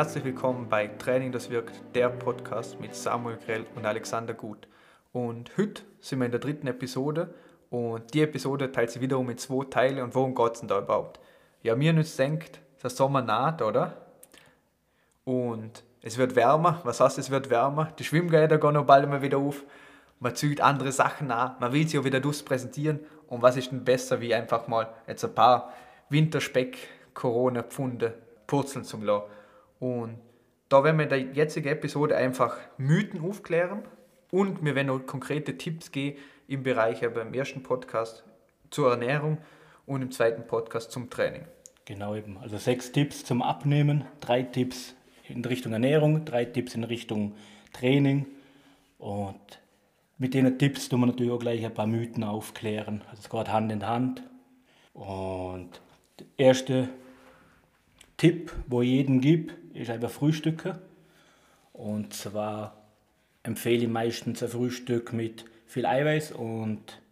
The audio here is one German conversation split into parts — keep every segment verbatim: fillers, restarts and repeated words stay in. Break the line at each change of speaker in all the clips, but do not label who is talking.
Herzlich willkommen bei Training, das wirkt, der Podcast mit Samuel Grell und Alexander Gut. Und heute sind wir in der dritten Episode und die Episode teilt sich wiederum in zwei Teile. Und worum geht es denn da überhaupt? Ja, mir jetzt denkt, der Sommer naht, oder? Und es wird wärmer. Was heißt, es wird wärmer? Die Schwimmgelder gehen noch bald mal wieder auf. Man zieht andere Sachen an, man will sie auch wieder durchs präsentieren. Und was ist denn besser, wie einfach mal jetzt ein paar Winterspeck-Corona-Pfunde purzeln zum lassen. Und da werden wir in der jetzigen Episode einfach Mythen aufklären und wir werden auch konkrete Tipps geben im Bereich, aber im ersten Podcast zur Ernährung und im zweiten Podcast zum Training.
Genau eben, also sechs Tipps zum Abnehmen, drei Tipps in Richtung Ernährung, drei Tipps in Richtung Training und mit den Tipps tun wir natürlich auch gleich ein paar Mythen aufklären. Also es geht Hand in Hand. Und der erste Tipp, wo ich jedem gebe, ist einfach Frühstücken. Und zwar empfehle ich meistens ein Frühstück mit viel Eiweiß und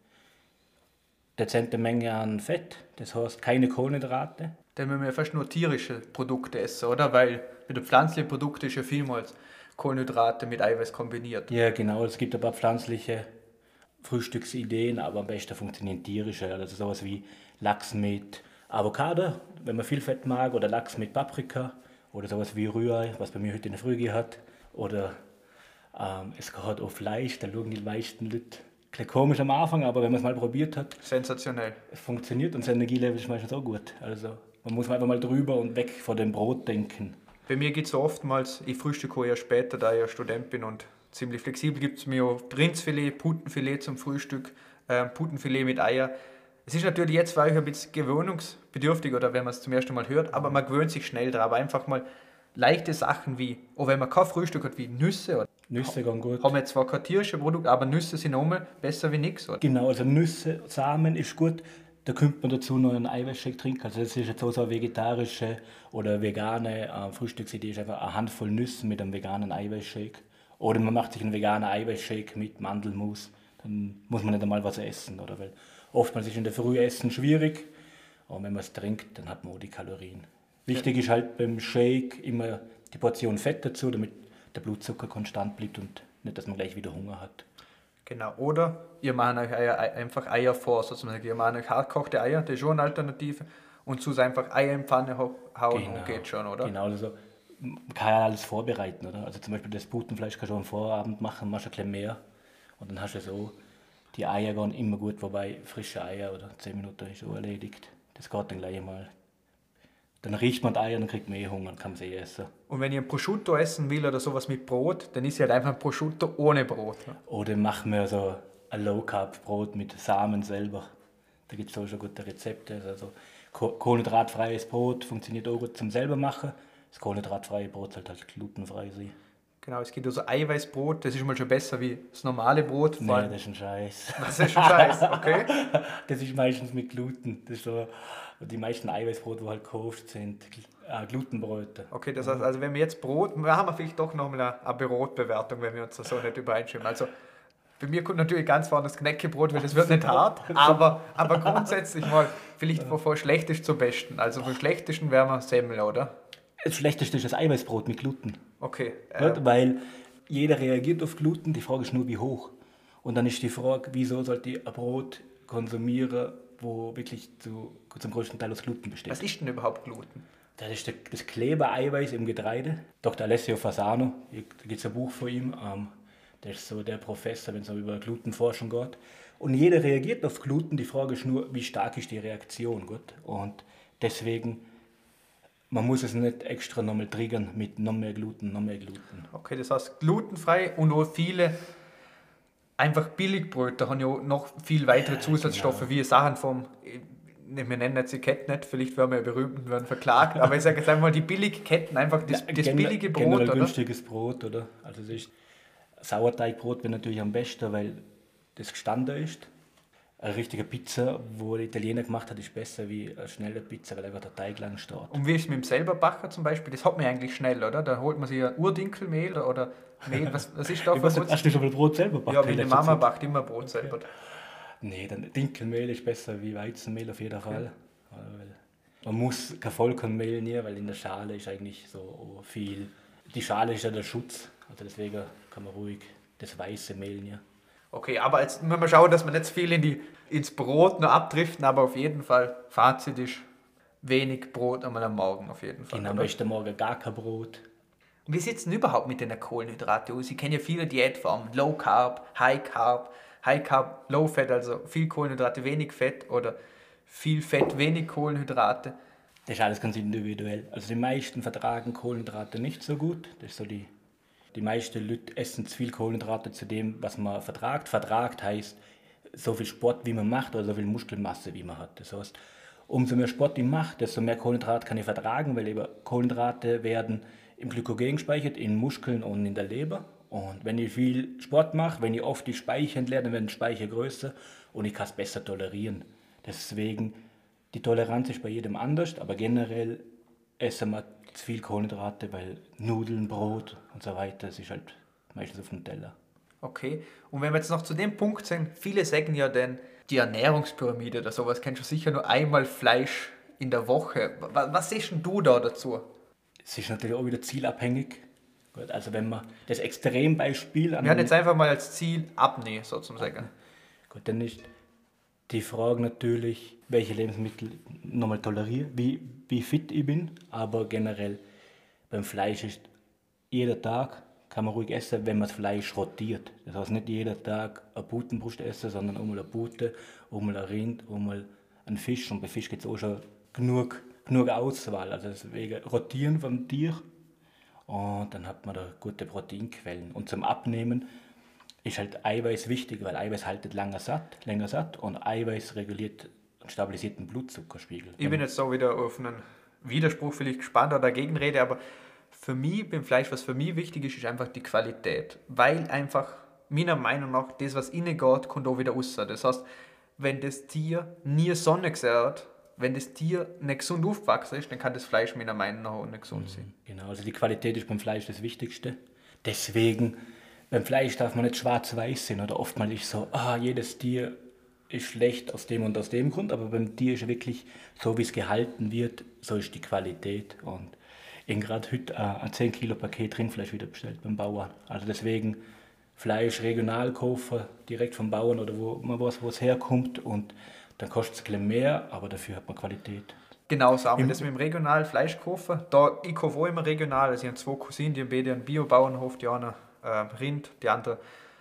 dezente Menge an Fett. Das heißt keine Kohlenhydrate.
Dann müssen wir fast nur tierische Produkte essen, oder? Weil mit den pflanzlichen Produkten ist ja vielmals Kohlenhydrate mit Eiweiß kombiniert.
Ja, genau. Es gibt ein paar pflanzliche Frühstücksideen, aber am besten funktionieren tierische. Also sowas wie Lachs mit Avocado, wenn man viel Fett mag, oder Lachs mit Paprika, oder sowas wie Rührei, was bei mir heute in der Früh hat. Oder ähm, es geht auch Fleisch, da schauen die meisten Leute ein bisschen komisch am Anfang, aber wenn man es mal probiert hat,
sensationell.
Es funktioniert und das Energielevel ist meistens auch gut. Also man muss einfach mal drüber und weg von dem Brot denken.
Bei mir geht es so oftmals, ich frühstücke ja später, da ich ja Student bin und ziemlich flexibel, gibt es mir auch Rindsfilet, Putenfilet zum Frühstück, äh, Putenfilet mit Eier. Es ist natürlich jetzt für euch ein bisschen gewöhnungsbedürftig oder wenn man es zum ersten Mal hört, aber man gewöhnt sich schnell dran. Aber einfach mal leichte Sachen wie, auch wenn man kein Frühstück hat, wie Nüsse. Oder
Nüsse gehen gut.
Haben wir jetzt zwar kein tierisches Produkt, aber Nüsse sind auch mal besser wie nichts. Oder?
Genau, also Nüsse, Samen ist gut. Da könnte man dazu noch einen Eiweißshake trinken. Also das ist jetzt auch so eine vegetarische oder vegane äh, Frühstücksidee, ist einfach eine Handvoll Nüsse mit einem veganen Eiweißshake. Oder man macht sich einen veganen Eiweißshake mit Mandelmus. Dann muss man nicht einmal was essen. Oder? Weil oftmals ist in der Früh Essen schwierig. Und wenn man es trinkt, dann hat man auch die Kalorien. Wichtig ja. ist halt beim Shake immer die Portion Fett dazu, damit der Blutzucker konstant bleibt und nicht, dass man gleich wieder Hunger hat.
Genau, oder ihr macht euch Eier, einfach Eier vor, sozusagen. Ihr macht euch hartgekochte Eier, das ist schon eine Alternative. Und zu einfach Eier in die Pfanne hauen
genau.
und geht schon, oder?
Genau, also man kann ja alles vorbereiten, oder? Also zum Beispiel das Putenfleisch kannst du am Vorabend machen, machst ein bisschen mehr. Und dann hast du so, die Eier gehen immer gut, wobei frische Eier oder zehn Minuten ist schon erledigt. Das geht dann gleich mal. Dann riecht man die Eier, dann kriegt man eh Hunger, dann kann man sie eh essen.
Und wenn ihr ein Prosciutto essen will oder sowas mit Brot, dann ist ja halt einfach ein Prosciutto ohne Brot. Ne?
Oder machen wir so ein Low-Carb-Brot mit Samen selber. Da gibt es auch schon gute Rezepte. Also kohlenhydratfreies Brot funktioniert auch gut zum selber machen. Das kohlenhydratfreie Brot sollte halt glutenfrei sein.
Genau, es gibt also Eiweißbrot, das ist mal schon besser wie das normale Brot.
Nein, das ist ein Scheiß.
Das ist ein Scheiß, okay?
Das ist meistens mit Gluten. Das ist so, die meisten Eiweißbrote, die halt gekauft sind, äh, Glutenbrote.
Okay, das heißt, also wenn wir jetzt Brot, wir haben vielleicht doch noch mal eine, eine Brotbewertung, wenn wir uns da so nicht übereinstimmen. Also bei mir kommt natürlich ganz vorne das Knäckebrot, weil das wird nicht hart, aber, aber grundsätzlich mal vielleicht von, von schlechtest zum besten. Also vom schlechtesten wären wir Semmel, oder?
Das Schlechteste ist das Eiweißbrot mit Gluten.
Okay.
Äh, weil jeder reagiert auf Gluten, die Frage ist nur, wie hoch. Und dann ist die Frage, wieso sollte ich ein Brot konsumieren, wo wirklich zu, zum größten Teil aus Gluten besteht.
Was ist denn überhaupt Gluten?
Das ist das Klebereiweiß im Getreide. Doktor Alessio Fasano, da gibt es ein Buch von ihm, ähm, der ist so der Professor, wenn es über Glutenforschung geht. Und jeder reagiert auf Gluten, die Frage ist nur, wie stark ist die Reaktion. Gut? Und deswegen, man muss es nicht extra nochmal triggern mit noch mehr Gluten, noch mehr Gluten.
Okay, das heißt glutenfrei und auch viele einfach Billigbröte haben ja noch viel weitere Zusatzstoffe, genau. Wie Sachen vom, wir nennen jetzt die Ketten nicht, vielleicht werden wir berühmt und werden verklagt, aber ich sage jetzt einmal die Billigketten, einfach das,
ja,
das
gen-
billige Brot,
generell
oder?
günstiges Brot, oder? Also es ist, Sauerteigbrot wäre natürlich am besten, weil das gestanden ist. Eine richtige Pizza, wo der Italiener gemacht hat, ist besser wie eine schnelle Pizza, weil einfach der Teig lang steht.
Und wie ist es mit dem Selberbacher zum Beispiel? Das hat man eigentlich schnell, oder? Da holt man sich ein Urdinkelmehl oder Mehl, was, was ist da für
was, Hast du schon mal Brot selber backen?
Ja, meine Mama backt immer Brot selber.
Nee, dann Dinkelmehl ist besser wie Weizenmehl auf jeden Fall. Okay. Man muss kein Vollkornmehl nehmen, weil in der Schale ist eigentlich so viel. Die Schale ist ja der Schutz, also deswegen kann man ruhig das weiße Mehl nehmen.
Okay, aber jetzt müssen wir schauen, dass wir nicht zu viel in die, ins Brot noch abdriften, aber auf jeden Fall, Fazit ist wenig Brot einmal am Morgen, auf jeden Fall.
Genau, am besten morgen gar kein Brot.
Und wie sieht es denn überhaupt mit den Kohlenhydraten aus? Ich kenne ja viele Diätformen, Low Carb, High Carb, High Carb, Low Fat, also viel Kohlenhydrate, wenig Fett oder viel Fett, wenig Kohlenhydrate.
Das ist alles ganz individuell. Also die meisten vertragen Kohlenhydrate nicht so gut. Das ist so die, die meisten Leute essen zu viel Kohlenhydrate zu dem, was man vertragt. Vertragt heißt so viel Sport, wie man macht oder so viel Muskelmasse, wie man hat. Das heißt, umso mehr Sport ich mache, desto mehr Kohlenhydrate kann ich vertragen, weil eben Kohlenhydrate werden im Glykogen gespeichert, in Muskeln und in der Leber. Und wenn ich viel Sport mache, wenn ich oft die Speicher entleere, dann werden die Speicher größer und ich kann es besser tolerieren. Deswegen, die Toleranz ist bei jedem anders, aber generell essen wir zu viel Kohlenhydrate, weil Nudeln, Brot und so weiter, das ist halt meistens auf dem Teller.
Okay, und wenn wir jetzt noch zu dem Punkt sind, viele sagen ja dann, die Ernährungspyramide oder sowas, kennst du sicher nur einmal Fleisch in der Woche. Was, was siehst denn du da dazu?
Es ist natürlich auch wieder zielabhängig. Gut, also wenn man das Extrembeispiel...
Wir haben jetzt einfach mal als Ziel abnehmen, sozusagen.
Gut, dann ist die Frage natürlich, welche Lebensmittel nochmal toleriere, wie, wie fit ich bin, aber generell beim Fleisch ist jeder Tag, kann man ruhig essen, wenn man das Fleisch rotiert. Das heißt nicht jeder Tag eine Putenbrust essen, sondern auch mal eine Pute, auch mal ein Rind, auch mal ein Fisch. Und bei Fisch gibt es auch schon genug, genug Auswahl. Also deswegen rotieren vom Tier und dann hat man da gute Proteinquellen. Und zum Abnehmen ist halt Eiweiß wichtig, weil Eiweiß haltet länger satt, länger satt und Eiweiß reguliert und stabilisiert den Blutzuckerspiegel.
Ich bin jetzt so wieder auf einen Widerspruch vielleicht gespannt oder dagegen rede, aber für mich beim Fleisch, was für mich wichtig ist, ist einfach die Qualität. Weil einfach, meiner Meinung nach, das, was innen geht, kommt auch wieder raus. Das heißt, wenn das Tier nie Sonne gesehen hat, wenn das Tier nicht gesund aufgewachsen ist, dann kann das Fleisch meiner Meinung nach auch nicht gesund sein.
Genau, also die Qualität ist beim Fleisch das Wichtigste. Deswegen, beim Fleisch darf man nicht schwarz-weiß sehen. Oder oftmals ist so, ah, jedes Tier ist schlecht aus dem und aus dem Grund, aber beim Tier ist wirklich so, wie es gehalten wird, so ist die Qualität. Und ich habe gerade heute ein zehn Kilo Paket Rindfleisch wieder bestellt beim Bauern. Also deswegen Fleisch regional kaufen, direkt vom Bauern oder wo man weiß, wo es herkommt. Und dann kostet es ein bisschen mehr, aber dafür hat man Qualität.
Genau, sagen wir das mit dem regionalen Fleisch kaufen. Da, ich kaufe auch immer regional. Also ich habe zwei Cousinen, die haben beide einen Bio-Bauernhof, die eine äh, Rind, die andere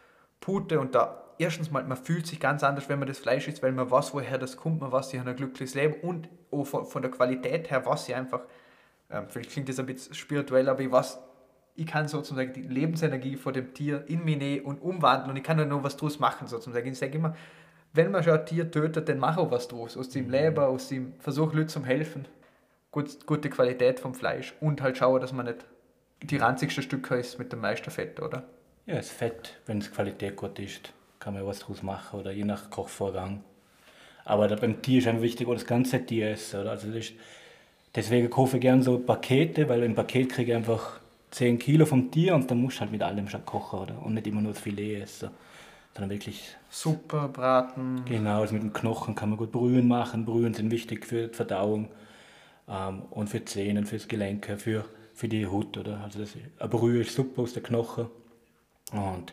Pute. Und da erstens mal, man fühlt sich ganz anders, wenn man das Fleisch isst, weil man weiß, woher das kommt, man weiß, sie haben ein glückliches Leben und auch von, von der Qualität her weiß sie einfach, ähm, vielleicht klingt das ein bisschen spirituell, aber ich weiß, ich kann sozusagen die Lebensenergie von dem Tier in mich nehmen und umwandeln und ich kann da noch was draus machen sozusagen. Ich sage immer, wenn man schon ein Tier tötet, dann mach auch was draus. Aus dem Leben, aus dem Versuch, Leuten zu helfen. Gut, gute Qualität vom Fleisch. Und halt schauen, dass man nicht die ranzigsten Stücke ist mit dem meisten Fett, oder?
Ja, das Fett, wenn es Qualität gut ist, kann man was draus machen oder je nach Kochvorgang. Aber da beim Tier ist einfach wichtig, auch das ganze Tier essen. Oder? Also das ist, deswegen kaufe ich gerne so Pakete, weil im Paket kriege ich einfach zehn Kilo vom Tier und dann musst du halt mit allem schon kochen. Oder? Und nicht immer nur das Filet essen. Sondern wirklich
Suppe, Braten.
Genau, also mit dem Knochen kann man gut Brühen machen. Brühen sind wichtig für die Verdauung ähm, und für die Zähne, fürs Gelenke, für, für die Haut. Oder? Also das, eine Brühe ist super aus den Knochen. Und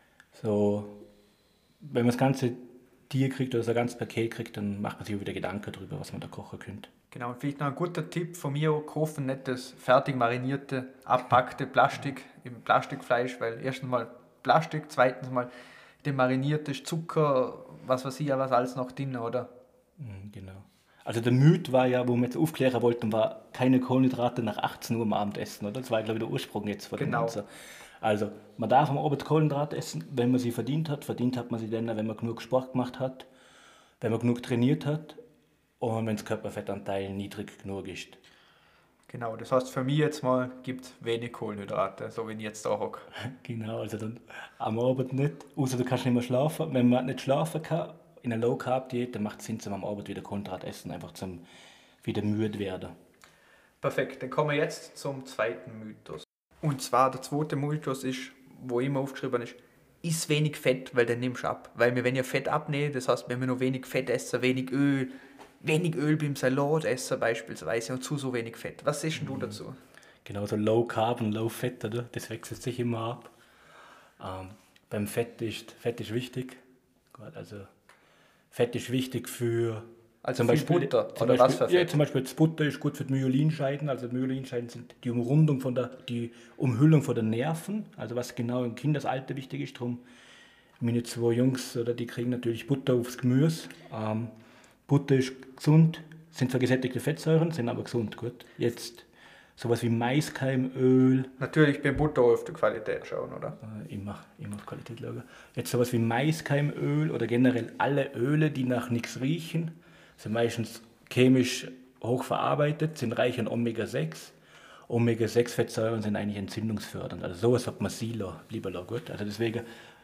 so, wenn man das ganze Tier kriegt oder so ein ganzes Paket kriegt, dann macht man sich auch wieder Gedanken darüber, was man da kochen könnte.
Genau, und vielleicht noch ein guter Tipp von mir, kaufen nicht das fertig marinierte, abpackte Plastik, im Plastikfleisch, weil erstens mal Plastik, zweitens mal der marinierte Zucker, was weiß ich ja, was alles noch drin, oder?
Genau. Also der Myth war ja, wo wir jetzt aufklären wollten, war keine Kohlenhydrate nach achtzehn Uhr am Abendessen, oder? Das war, glaube ich, der Ursprung jetzt von dem
Genau.
Ganzen. Also man darf am Abend Kohlenhydrate essen, wenn man sie verdient hat. Verdient hat man sie dann, wenn man genug Sport gemacht hat, wenn man genug trainiert hat und wenn das Körperfettanteil niedrig genug ist.
Genau, das heißt für mich jetzt mal, gibt wenig Kohlenhydrate, so wie ich jetzt da hocke.
Genau, also dann am Abend nicht, außer du kannst nicht mehr schlafen. Wenn man nicht schlafen kann, in einer Low-Carb-Diät, dann macht es Sinn, zum am Abend wieder Kohlenhydrate essen, einfach zum wieder müde werden.
Perfekt, dann kommen wir jetzt zum zweiten Mythos. Und zwar der zweite Mythos ist, wo immer aufgeschrieben ist, iss wenig Fett, weil dann nimmst du ab. Weil wir wenn ja Fett abnehmen, das heißt, wenn wir nur wenig Fett essen, wenig Öl, wenig Öl beim Salat essen beispielsweise und zu so wenig Fett. Was siehst du dazu?
Genau, so Low Carb und Low Fett, oder? Das wechselt sich immer ab. Ähm, beim Fett ist, Fett ist wichtig. Gott, also Fett ist wichtig für
Also
zum
viel
Beispiel,
Butter
zum
oder
Beispiel,
was für
ja,
Fett?
zum Beispiel das Butter ist gut für die Myelinscheiden. Also Myelinscheiden sind die Umrundung von der, die Umhüllung von den Nerven. Also was genau im Kindesalter wichtig ist. Darum meine zwei Jungs, oder, die kriegen natürlich Butter aufs Gemüse. Ähm, Butter ist gesund, sind zwar gesättigte Fettsäuren, sind aber gesund. Gut. Jetzt sowas wie Maiskeimöl,
Natürlich beim Butter auf die Qualität schauen, oder?
äh, immer, immer auf Qualität schauen. Jetzt sowas wie Maiskeimöl oder generell alle Öle, die nach nichts riechen, sind meistens chemisch hochverarbeitet, sind reich an Omega sechs. Omega sechs Fettsäuren sind eigentlich entzündungsfördernd. Also sowas hat man Silo lieber la, gut. Also deswegen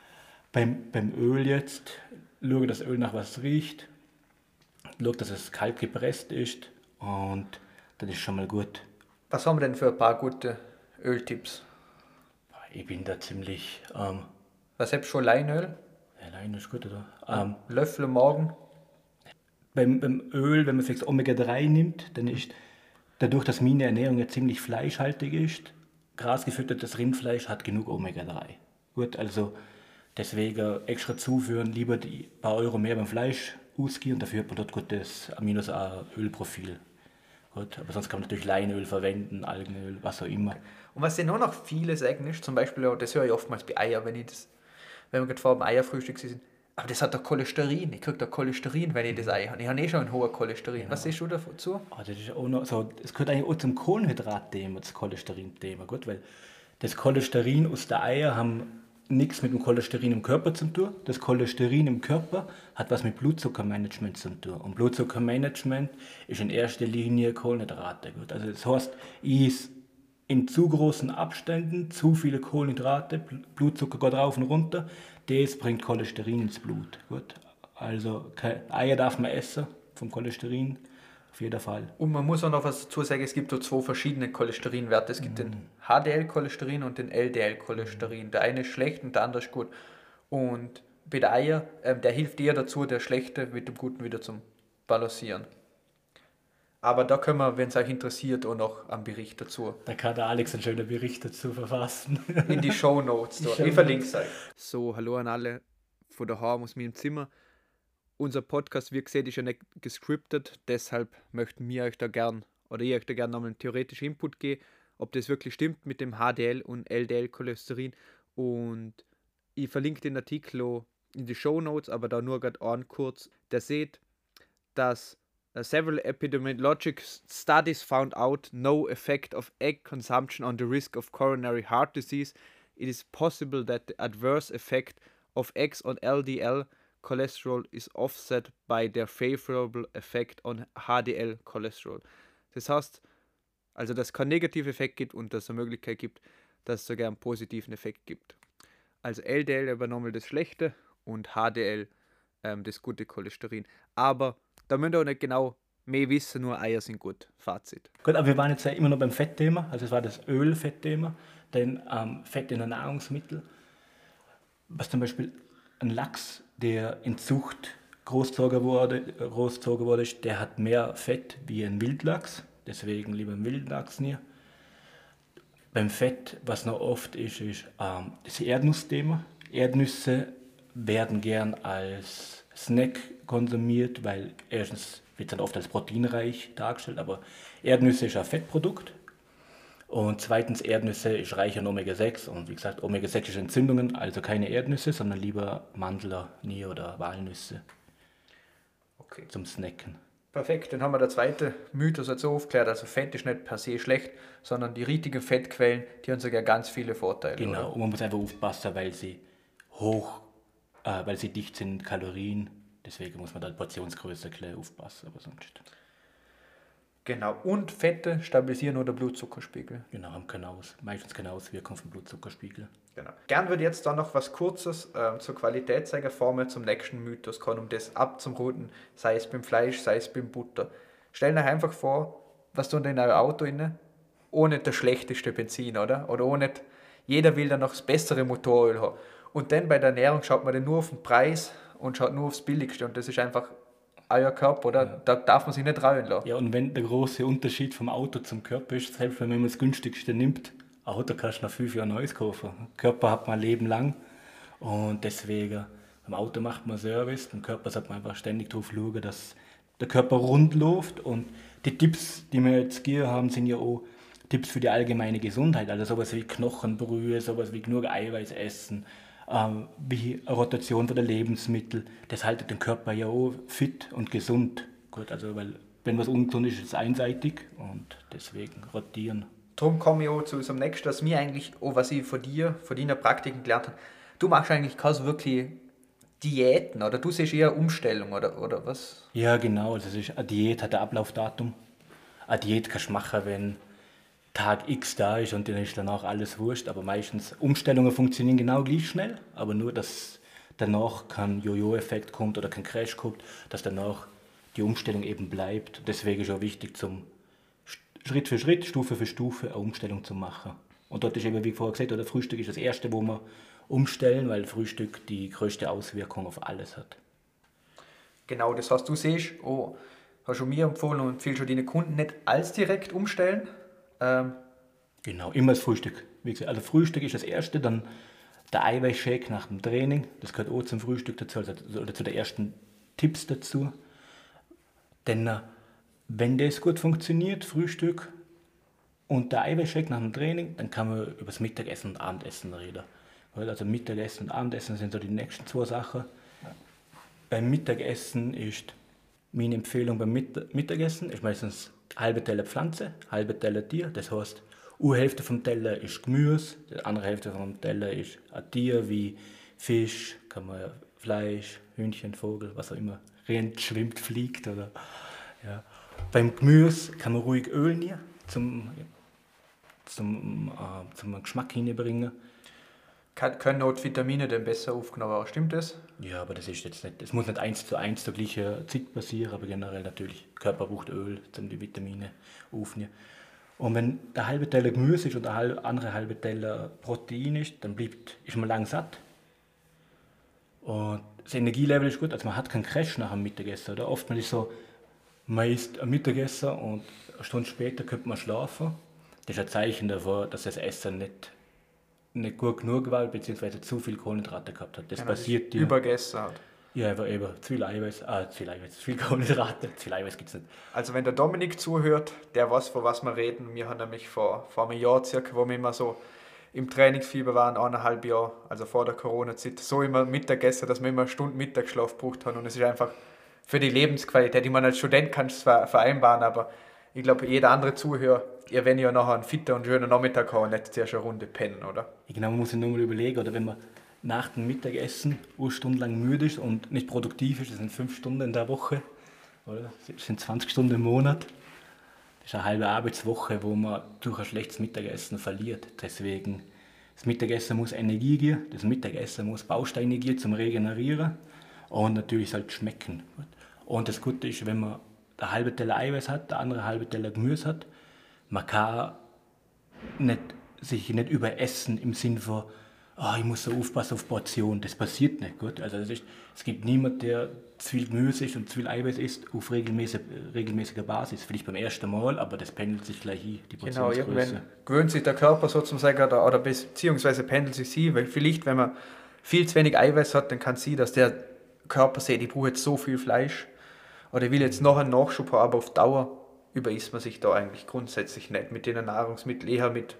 beim, beim Öl jetzt, schaue, dass das Öl nach was riecht, schaue, dass es kalt gepresst ist und das ist schon mal gut.
Was haben wir denn für ein paar gute Öltipps?
Ich bin da ziemlich, ähm,
Was hast du schon? Leinöl?
allein ist gut, oder? Ähm,
Löffel am Morgen?
beim, beim Öl, wenn man vielleicht Omega drei nimmt, dann ist dadurch, dass meine Ernährung ja ziemlich fleischhaltig ist, grasgefüttertes Rindfleisch hat genug Omega drei. Gut, also deswegen extra zuführen, lieber die paar Euro mehr beim Fleisch ausgeben und dafür hat man dort gutes Aminosäureölprofil. Gut, aber sonst kann man natürlich Leinöl verwenden, Algenöl, was auch immer.
Und was ja auch noch viele sagen ist, zum Beispiel, auch, das höre ich oftmals bei Eier, wenn ich das, wenn wir gerade vor dem Eierfrühstück sind, aber das hat doch Cholesterin, ich kriege da Cholesterin, wenn ich das Ei habe. Ich habe eh schon ein hoher Cholesterin.
Genau.
Was siehst du dazu?
Ah, das ist auch noch so, es gehört eigentlich auch zum Kohlenhydrat-Thema, das Cholesterin-Thema, gut, weil das Cholesterin aus der Eier haben nichts mit dem Cholesterin im Körper zu tun. Das Cholesterin im Körper hat was mit Blutzuckermanagement zu tun. Und Blutzuckermanagement ist in erster Linie Kohlenhydrate. Gut. Also das heißt, ich esse in zu großen Abständen zu viele Kohlenhydrate, Bl- Blutzucker geht rauf und runter, das bringt Cholesterin ins Blut. Gut. Also ke- Eier darf man essen vom Cholesterin, auf jeden Fall.
Und man muss auch noch was dazu sagen, es gibt so zwei verschiedene Cholesterinwerte. Es gibt den H D L-Cholesterin und den L D L-Cholesterin. Der eine ist schlecht und der andere ist gut. Und bei der Eier, ähm, der hilft eher dazu, der schlechte mit dem guten wieder zum Balancieren. Aber da können wir, wenn es euch interessiert, auch noch einen Bericht dazu
Da kann der Alex einen schönen Bericht dazu verfassen.
in die Shownotes.
Die
Ich
Shownotes.
verlinke es euch. So, hallo an alle von daheim aus meinem Zimmer. Unser Podcast, wie gesagt, ist ja nicht gescriptet, deshalb möchten wir euch da gern, oder ich euch da gern nochmal einen theoretischen Input geben, ob das wirklich stimmt mit dem H D L und L D L-Cholesterin. Und ich verlinke den Artikel auch in die Shownotes, aber da nur gerade an kurz. Der seht, dass uh, several epidemiologic studies found out no effect of egg consumption on the risk of coronary heart disease. It is possible that the adverse effect of eggs on L D L cholesterol is offset by their favorable effect on H D L cholesterol. Das heißt, also dass es keinen negativen Effekt gibt und dass es eine Möglichkeit gibt, dass es sogar einen positiven Effekt gibt. Also L D L übernommen das Schlechte und H D L ähm, das gute Cholesterin. Aber da müsst ihr auch nicht genau mehr wissen, nur Eier sind gut. Fazit.
Gut, aber wir waren jetzt ja immer noch beim Fettthema, also es war das Ölfettthema, denn ähm, Fett in den Nahrungsmitteln, was zum Beispiel ein Lachs, der in Zucht großgezogen wurde, großgezogen wurde, der hat mehr Fett wie ein Wildlachs, deswegen lieber ein Wildlachs nie. Beim Fett, was noch oft ist, ist ähm, das Erdnussthema. Erdnüsse werden gern als Snack konsumiert, weil erstens wird dann oft als proteinreich dargestellt, aber Erdnüsse ist ein Fettprodukt. Und zweitens, Erdnüsse ist reich an Omega sechs und wie gesagt, Omega sechs ist Entzündungen, also keine Erdnüsse, sondern lieber Mandler, Nie oder Walnüsse
Okay.
zum Snacken.
Perfekt, dann haben wir der zweite Mythos jetzt so aufgeklärt. Also Fett ist nicht per se schlecht, sondern die richtigen Fettquellen, die haben sogar ganz viele Vorteile.
Genau,
Oder?
und man muss einfach aufpassen, weil sie hoch, äh, weil sie dicht sind in Kalorien. Deswegen muss man da die Portionsgröße klar aufpassen, aber sonst.
Genau. Und Fette stabilisieren nur den Blutzuckerspiegel.
Genau, haben keine Aus, meistens keine Auswirkung vom Blutzuckerspiegel.
Genau. Gern würde ich jetzt dann noch was Kurzes ähm, zur Qualitätsträgerformel zum nächsten Mythos kommen, um das abzuruten, sei es beim Fleisch, sei es beim Butter. Stellt euch einfach vor, was tun in euer Auto inne, ohne das schlechteste Benzin, oder? Oder ohne, jeder will dann noch das bessere Motoröl haben. Und dann bei der Ernährung schaut man dann nur auf den Preis und schaut nur aufs Billigste und das ist einfach euer Körper, oder?
Ja.
Da darf man sich nicht reuen lassen.
Ja, und wenn der große Unterschied vom Auto zum Körper ist, selbst wenn man das günstigste nimmt, ein Auto kannst du nach fünf Jahren neues kaufen. Körper hat man ein Leben lang und deswegen, beim Auto macht man Service, beim Körper sollte man einfach ständig darauf schauen, dass der Körper rund läuft. Und die Tipps, die wir jetzt gegeben haben, sind ja auch Tipps für die allgemeine Gesundheit, also sowas wie Knochenbrühe, sowas wie genug Eiweiß essen, ähm, wie eine Rotation der Lebensmittel. Das haltet den Körper ja auch fit und gesund. Gut, also weil wenn was ungesund ist, ist es einseitig und deswegen rotieren.
Darum komme ich auch zu unserem nächsten, dass mir eigentlich, auch was ich von dir, von deinen Praktiken gelernt habe, du machst eigentlich keine so wirklich Diäten, oder du siehst eher Umstellung, oder, oder was?
Ja, genau, also es ist, eine Diät hat ein Ablaufdatum. Eine Diät kannst du machen, wenn Tag X da ist und dann ist danach alles wurscht, aber meistens Umstellungen funktionieren genau gleich schnell, aber nur, dass danach kein Jojo-Effekt kommt oder kein Crash kommt, dass danach die Umstellung eben bleibt. Deswegen ist es auch wichtig, zum Schritt für Schritt, Stufe für Stufe eine Umstellung zu machen. Und dort ist eben, wie vorher gesagt, oder Frühstück ist das Erste, wo wir umstellen, weil Frühstück die größte Auswirkung auf alles hat.
Genau, das heißt, du siehst, oh, hast schon mir empfohlen und empfiehlst schon deinen Kunden nicht als direkt umstellen. Ähm,
Genau, immer das Frühstück. Wie gesagt, also Frühstück ist das Erste, dann der Eiweißshake nach dem Training, das gehört auch zum Frühstück dazu, also oder zu den ersten Tipps dazu. Denn äh, wenn das gut funktioniert, Frühstück und der Eiweißshake nach dem Training, dann kann man über das Mittagessen und Abendessen reden. Also Mittagessen und Abendessen sind so die nächsten zwei Sachen. Beim Mittagessen ist meine Empfehlung beim Mitt- Mittagessen ist meistens halbe Teller Pflanze, halbe Teller Tier. Das heißt, eine Hälfte vom Teller ist Gemüse, die andere Hälfte vom Teller ist ein Tier wie Fisch, kann man Fleisch, Hühnchen, Vogel, was auch immer rennt, schwimmt, fliegt. Oder, ja. Beim Gemüse kann man ruhig Öl nehmen, zum, zum, äh, zum Geschmack hinbringen.
kann, können auch die Vitamine dann besser aufgenommen werden, stimmt das?
Ja, aber das ist jetzt nicht, es muss nicht eins zu eins zur gleichen Zeit passieren, aber generell natürlich, der Körper braucht Öl, um die Vitamine aufzunehmen. Und wenn der halbe Teller Gemüse ist und der halbe, andere halbe Teller Protein ist, dann bleibt, ist man lang satt. Und das Energielevel ist gut, also man hat keinen Crash nach dem Mittagessen. Oder? Oft man ist so, man isst ein Mittagessen und eine Stunde später könnte man schlafen. Das ist ein Zeichen davor, dass das Essen nicht nicht gut genug war, beziehungsweise zu viel Kohlenhydrate gehabt hat. Das
Genau,
passiert dir.
Übergessen hat.
Ja, aber eben zu viel Eiweiß, ah, zu viel Eiweiß, zu viel Kohlenhydrate, zu viel Eiweiß gibt es nicht.
Also wenn der Dominik zuhört, der weiß, von was wir reden. Wir haben nämlich vor, vor einem Jahr circa, wo wir immer so im Trainingsfieber waren, eineinhalb Jahre, also vor der Corona-Zeit, so immer Mittagessen, dass wir immer eine Stunde Mittagsschlaf gebraucht haben. Und es ist einfach für die Lebensqualität, ich meine, als Student kannst du es zwar vereinbaren, aber ich glaube, jeder andere Zuhörer, ihr wenn ja nachher einen fitter und schönen Nachmittag haben und nicht zuerst eine Runde pennen, oder?
Genau, man muss sich nur mal überlegen, oder wenn man nach dem Mittagessen eine Stunde lang müde ist und nicht produktiv ist, das sind fünf Stunden in der Woche, oder? Das sind zwanzig Stunden im Monat. Das ist eine halbe Arbeitswoche, wo man durch ein schlechtes Mittagessen verliert. Deswegen, das Mittagessen muss Energie geben, das Mittagessen muss Bausteine geben zum Regenerieren und natürlich soll es schmecken. Und das Gute ist, wenn man der halbe Teller Eiweiß hat, der andere halbe Teller Gemüse hat, man kann nicht, sich nicht überessen im Sinn von, oh, ich muss so aufpassen auf Portion. Das passiert nicht. Gut? Also das ist, es gibt niemanden, der zu viel Gemüse isst und zu viel Eiweiß isst auf regelmäßig, regelmäßiger Basis. Vielleicht beim ersten Mal, aber das pendelt sich gleich ein, die
Genau,
Portionsgröße.
irgendwann gewöhnt sich der Körper sozusagen oder, oder beziehungsweise pendelt sich sie, weil vielleicht, wenn man viel zu wenig Eiweiß hat, dann kann es sein, dass der Körper sieht, ich brauche jetzt so viel Fleisch oder ich will jetzt noch einen Nachschub haben, aber auf Dauer überisst man sich da eigentlich grundsätzlich nicht mit den Nahrungsmitteln, eher mit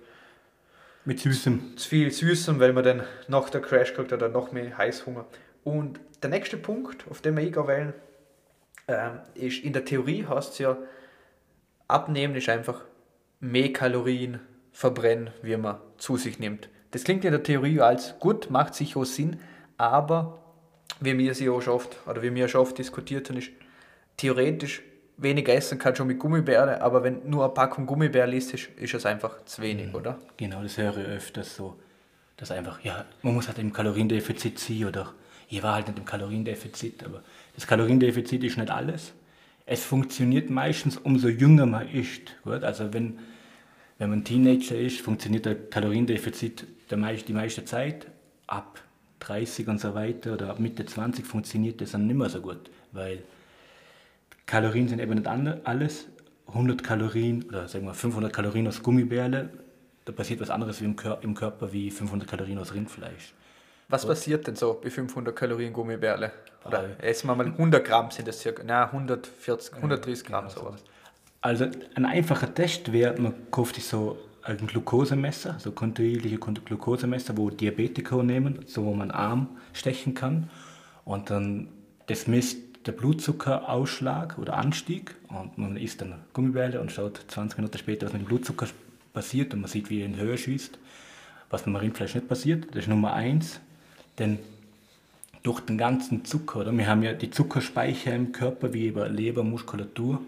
Mit Süßem.
zu viel Süßem, weil man dann nach der Crash kriegt oder noch mehr Heißhunger. Und der nächste Punkt, auf den wir eingehen wollen, ähm, ist, in der Theorie heißt es ja, abnehmen ist einfach mehr Kalorien verbrennen, wie man zu sich nimmt. Das klingt in der Theorie als gut, macht sicher auch Sinn, aber wie wir es ja auch schon oft, oder wie wir schon oft diskutiert haben, ist, theoretisch weniger essen kann schon mit Gummibärle, aber wenn nur eine Packung Gummibärle isst, ist, ist es einfach zu wenig, oder?
Genau, das höre ich öfters so, dass einfach, ja, man muss halt im Kaloriendefizit sein oder ich war halt nicht im Kaloriendefizit, aber das Kaloriendefizit ist nicht alles. Es funktioniert meistens, umso jünger man ist. Gut? Also wenn, wenn man Teenager ist, funktioniert der Kaloriendefizit der meist, die meiste Zeit. Ab dreißig und so weiter oder ab Mitte zwanzig funktioniert das dann nicht mehr so gut, weil Kalorien sind eben nicht alles. hundert Kalorien oder sagen wir fünfhundert Kalorien aus Gummibärle, da passiert was anderes wie im, Kör- im Körper wie fünfhundert Kalorien aus Rindfleisch.
Was
Gut.
passiert denn so bei fünfhundert Kalorien Gummibärle? Oder
Weil-
essen wir mal hundert Gramm sind das circa, nein, hundertvierzig, hundertdreißig Gramm
Genau,
sowas.
Also ein einfacher Test wäre, man kauft sich so ein Glukosemesser, so kontinuierliche Glukosemesser, wo Diabetiker nehmen, so wo man Arm stechen kann. Und dann das misst der Blutzuckerausschlag oder Anstieg. Und man isst dann Gummibärle und schaut zwanzig Minuten später, was mit dem Blutzucker passiert. Und man sieht, wie er in die Höhe schießt, was mit dem Rindfleisch nicht passiert. Das ist Nummer eins. Denn durch den ganzen Zucker, oder? Wir haben ja die Zuckerspeicher im Körper, wie über Leber, Muskulatur.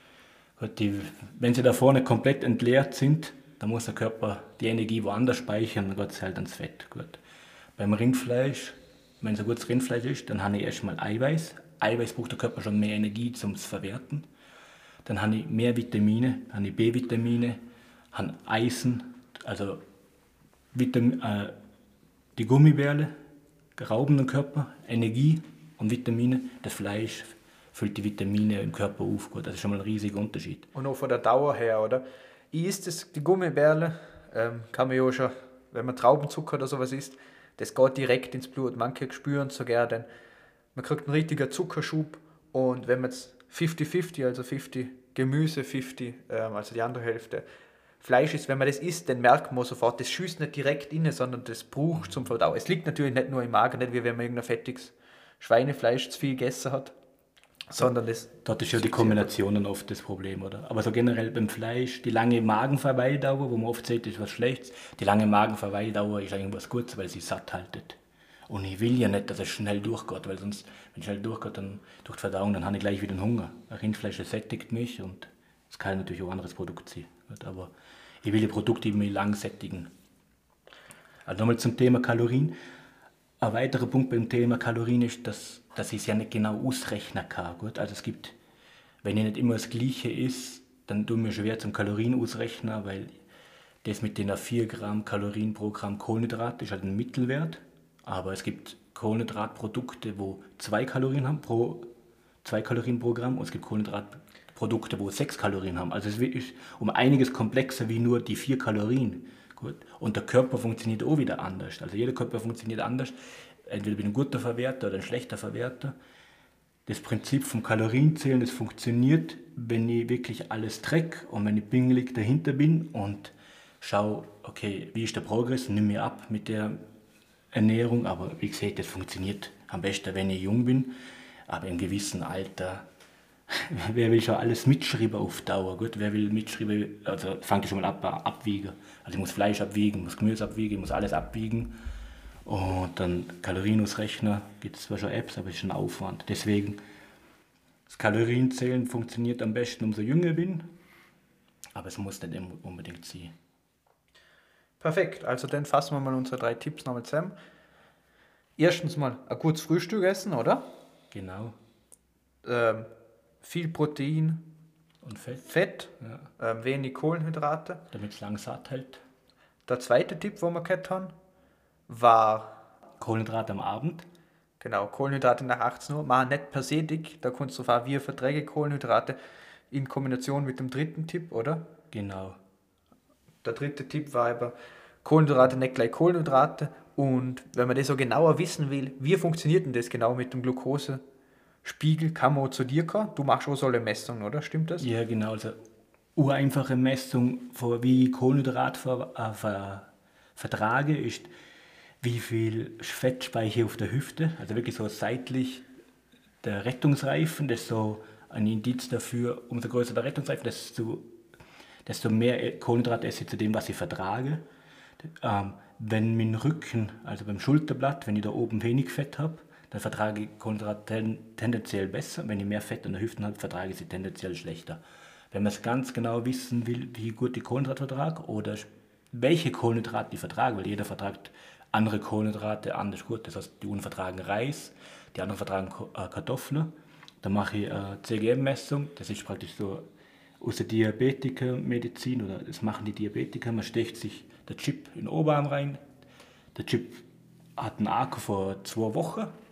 Die, wenn sie da vorne komplett entleert sind, dann muss der Körper die Energie woanders speichern, dann geht es halt ans Fett. Gut. Beim Rindfleisch, wenn es ein gutes Rindfleisch ist, dann habe ich erstmal Eiweiß. Eiweiß braucht der Körper schon mehr Energie zum Verwerten. Dann habe ich mehr Vitamine, habe ich B-Vitamine, habe Eisen, also Vitam äh, die Gummibärle rauben den Körper, Energie und Vitamine. Das Fleisch füllt die Vitamine im Körper auf. Gut, das ist schon mal ein riesiger Unterschied.
Und auch von der Dauer her, oder? Ich isst das, die Gummibärle, ähm, kann man ja schon, wenn man Traubenzucker oder sowas isst, das geht direkt ins Blut. Manche spüren es sogar, denn man kriegt einen richtigen Zuckerschub. Und wenn man jetzt fünfzig fünfzig, also fünfzig Gemüse, fünfzig, ähm, also die andere Hälfte Fleisch ist, wenn man das isst, dann merkt man sofort, das schießt nicht direkt rein, sondern das braucht zum Verdauen. Es liegt natürlich nicht nur im Magen, nicht wie wenn man irgendein fettiges Schweinefleisch zu viel gegessen hat, sondern das...
Dort ist ja die Kombination dann oft das Problem, oder? Aber so generell beim Fleisch, die lange Magenverweildauer, wo man oft sagt, das ist was Schlechtes, die lange Magenverweildauer ist eigentlich was Gutes, weil sie satt haltet. Und ich will ja nicht, dass es schnell durchgeht, weil sonst, wenn es schnell durchgeht, dann durch die Verdauung, dann habe ich gleich wieder einen Hunger. Ein Rindfleisch sättigt mich und es kann natürlich auch ein anderes Produkt sein. Aber ich will die Produkte, die mich lang sättigen. Also nochmal zum Thema Kalorien. Ein weiterer Punkt beim Thema Kalorien ist, dass, dass ich es ja nicht genau ausrechnen kann. Gut? Also es gibt, wenn ich nicht immer das Gleiche ist, dann tue ich mir schwer zum Kalorien ausrechnen, weil das mit den vier Gramm Kalorien pro Gramm Kohlenhydrat ist halt ein Mittelwert. Aber es gibt Kohlenhydratprodukte, wo zwei Kalorien haben pro zwei Kalorien pro Gramm und es gibt Kohlenhydratprodukte, wo sechs Kalorien haben. Also es ist um einiges komplexer wie nur die vier Kalorien. Gut. Und der Körper funktioniert auch wieder anders. Also jeder Körper funktioniert anders. Entweder bin ich ein guter Verwerter oder ein schlechter Verwerter. Das Prinzip vom Kalorienzählen, das funktioniert, wenn ich wirklich alles track und wenn ich pingelig dahinter bin und schaue, okay, wie ist der Progress, nimm mir ab mit der Ernährung. Aber wie gesagt, das funktioniert am besten, wenn ich jung bin. Aber im gewissen Alter, wer will schon alles mitschreiben auf Dauer? Gut, wer will mitschreiben, also fange ich schon mal ab, abwiegen. Also ich muss Fleisch abwiegen, muss Gemüse abwiegen, ich muss alles abwiegen. Und dann Kalorien ausrechnen, gibt es zwar schon Apps, aber es ist ein Aufwand. Deswegen, das Kalorienzählen funktioniert am besten, umso jünger ich bin. Aber es muss nicht unbedingt sein.
Perfekt, also dann fassen wir mal unsere drei Tipps nochmal zusammen. Erstens mal ein gutes Frühstück essen, oder?
Genau.
Ähm, viel Protein
Und Fett.
Fett,
Ja.
ähm, wenig Kohlenhydrate.
Damit es lang satt hält.
Der zweite Tipp, den wir gehabt haben, war,
Kohlenhydrate am Abend.
genau, Kohlenhydrate nach achtzehn Uhr. Machen nicht per se dick, da kannst du fahren, wir verträge Kohlenhydrate in Kombination mit dem dritten Tipp, oder?
Genau.
Der dritte Tipp war aber, Kohlenhydrate nicht gleich Kohlenhydrate. Und wenn man das so genauer wissen will, wie funktioniert denn das genau mit dem Glukosespiegel, kann man auch zu dir kommen? Du machst auch so eine Messung, oder? Stimmt das?
Ja, genau. Also ureinfache Messung, von wie ich Kohlenhydrat ver, äh, ver, vertrage, ist, wie viel Fett speichere ich auf der Hüfte. Also wirklich so seitlich der Rettungsreifen, das ist so ein Indiz dafür, umso größer der Rettungsreifen, desto, desto mehr Kohlenhydrate esse ich zu dem, was ich vertrage. Ähm, wenn mein Rücken, also beim Schulterblatt, wenn ich da oben wenig Fett habe, dann vertrage ich Kohlenhydrate ten, tendenziell besser. Wenn ich mehr Fett an der Hüfte habe, vertrage ich sie tendenziell schlechter. Wenn man es ganz genau wissen will, wie gut die Kohlenhydrate vertrage oder welche Kohlenhydrate ich vertrage, weil jeder vertragt andere Kohlenhydrate anders gut. Das heißt, die einen vertragen Reis, die anderen vertragen äh, Kartoffeln. Dann mache ich eine C G M-Messung, das ist praktisch so aus der Diabetikermedizin, oder das machen die Diabetiker, man steckt sich der Chip in den Oberarm rein. Der Chip hat einen Akku vor zwei Wochen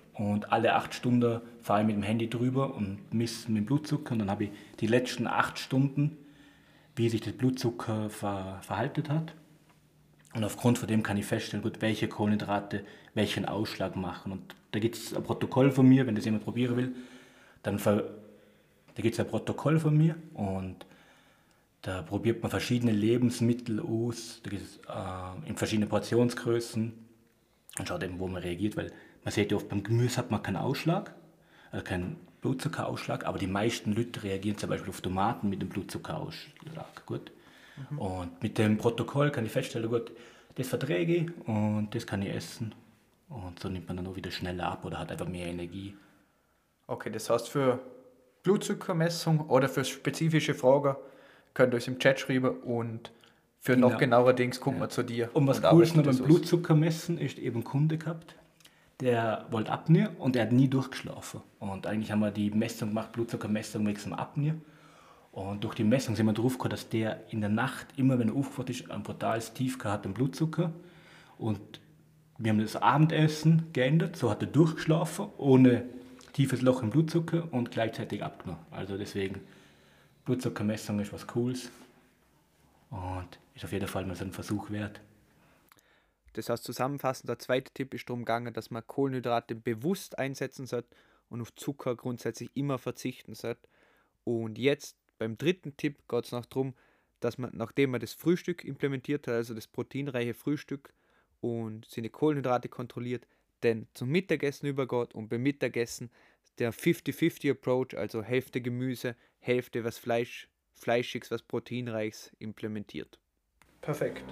und alle acht Stunden fahre ich mit dem Handy drüber und misst mit dem Blutzucker und dann habe ich die letzten acht Stunden, wie sich das Blutzucker ver verhalten hat. Und aufgrund von dem kann ich feststellen, gut, welche Kohlenhydrate welchen Ausschlag machen. Und da gibt es ein Protokoll von mir, wenn das jemand probieren will, dann ver da gibt es ein Protokoll von mir und da probiert man verschiedene Lebensmittel aus, da gibt es äh, in verschiedenen Portionsgrößen und schaut eben, wo man reagiert, weil man sieht ja oft, beim Gemüse hat man keinen Ausschlag, also keinen Blutzuckerausschlag, aber die meisten Leute reagieren zum Beispiel auf Tomaten mit dem Blutzuckerausschlag. Gut. Mhm. Und mit dem Protokoll kann ich feststellen, gut, das verträge ich und das kann ich essen und so nimmt man dann auch wieder schneller ab oder hat einfach mehr Energie.
Okay, das heißt für Blutzuckermessung oder für spezifische Fragen könnt ihr euch im Chat schreiben und für genau. noch genauere Dings kommt ja. man zu dir.
Und was cool ist noch beim Blutzuckermessen, ist eben einen Kunde gehabt, der wollte Apnoe und er hat nie durchgeschlafen. Und eigentlich haben wir die Messung gemacht, Blutzuckermessung wegen dem Apnoe. Und durch die Messung sind wir drauf gekommen, dass der in der Nacht, immer wenn er aufgewacht ist, ein brutales Tief gehabt im Blutzucker. Und wir haben das Abendessen geändert, so hat er durchgeschlafen, ohne tiefes Loch im Blutzucker und gleichzeitig abgenommen. Also deswegen, Blutzuckermessung ist was Cooles und ist auf jeden Fall mal so ein Versuch wert.
Das heißt zusammenfassend, der zweite Tipp ist darum gegangen, dass man Kohlenhydrate bewusst einsetzen sollte und auf Zucker grundsätzlich immer verzichten sollte. Und jetzt beim dritten Tipp geht es noch darum, dass man, nachdem man das Frühstück implementiert hat, also das proteinreiche Frühstück und seine Kohlenhydrate kontrolliert, denn zum Mittagessen übergeht und beim Mittagessen der fifty fifty Approach, also Hälfte Gemüse, Hälfte was Fleisch, Fleischiges, was Proteinreiches implementiert. Perfekt.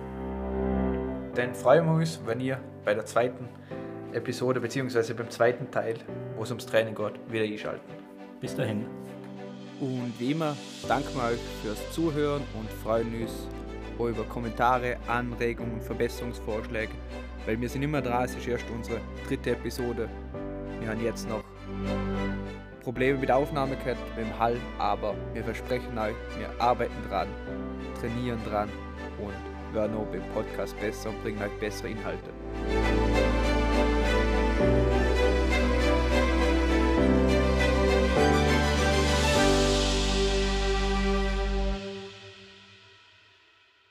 Dann freuen wir uns, wenn ihr bei der zweiten Episode bzw. beim zweiten Teil, wo es ums Training geht, wieder einschalten.
Bis dahin.
Und wie immer danken wir euch fürs Zuhören und freuen uns über Kommentare, Anregungen und Verbesserungsvorschläge, weil wir sind immer dran, es ist erst unsere dritte Episode. Wir haben jetzt noch Probleme mit der Aufnahme gehabt, mit dem Hall, aber wir versprechen euch, wir arbeiten dran, trainieren dran und werden auch beim Podcast besser und bringen euch bessere Inhalte.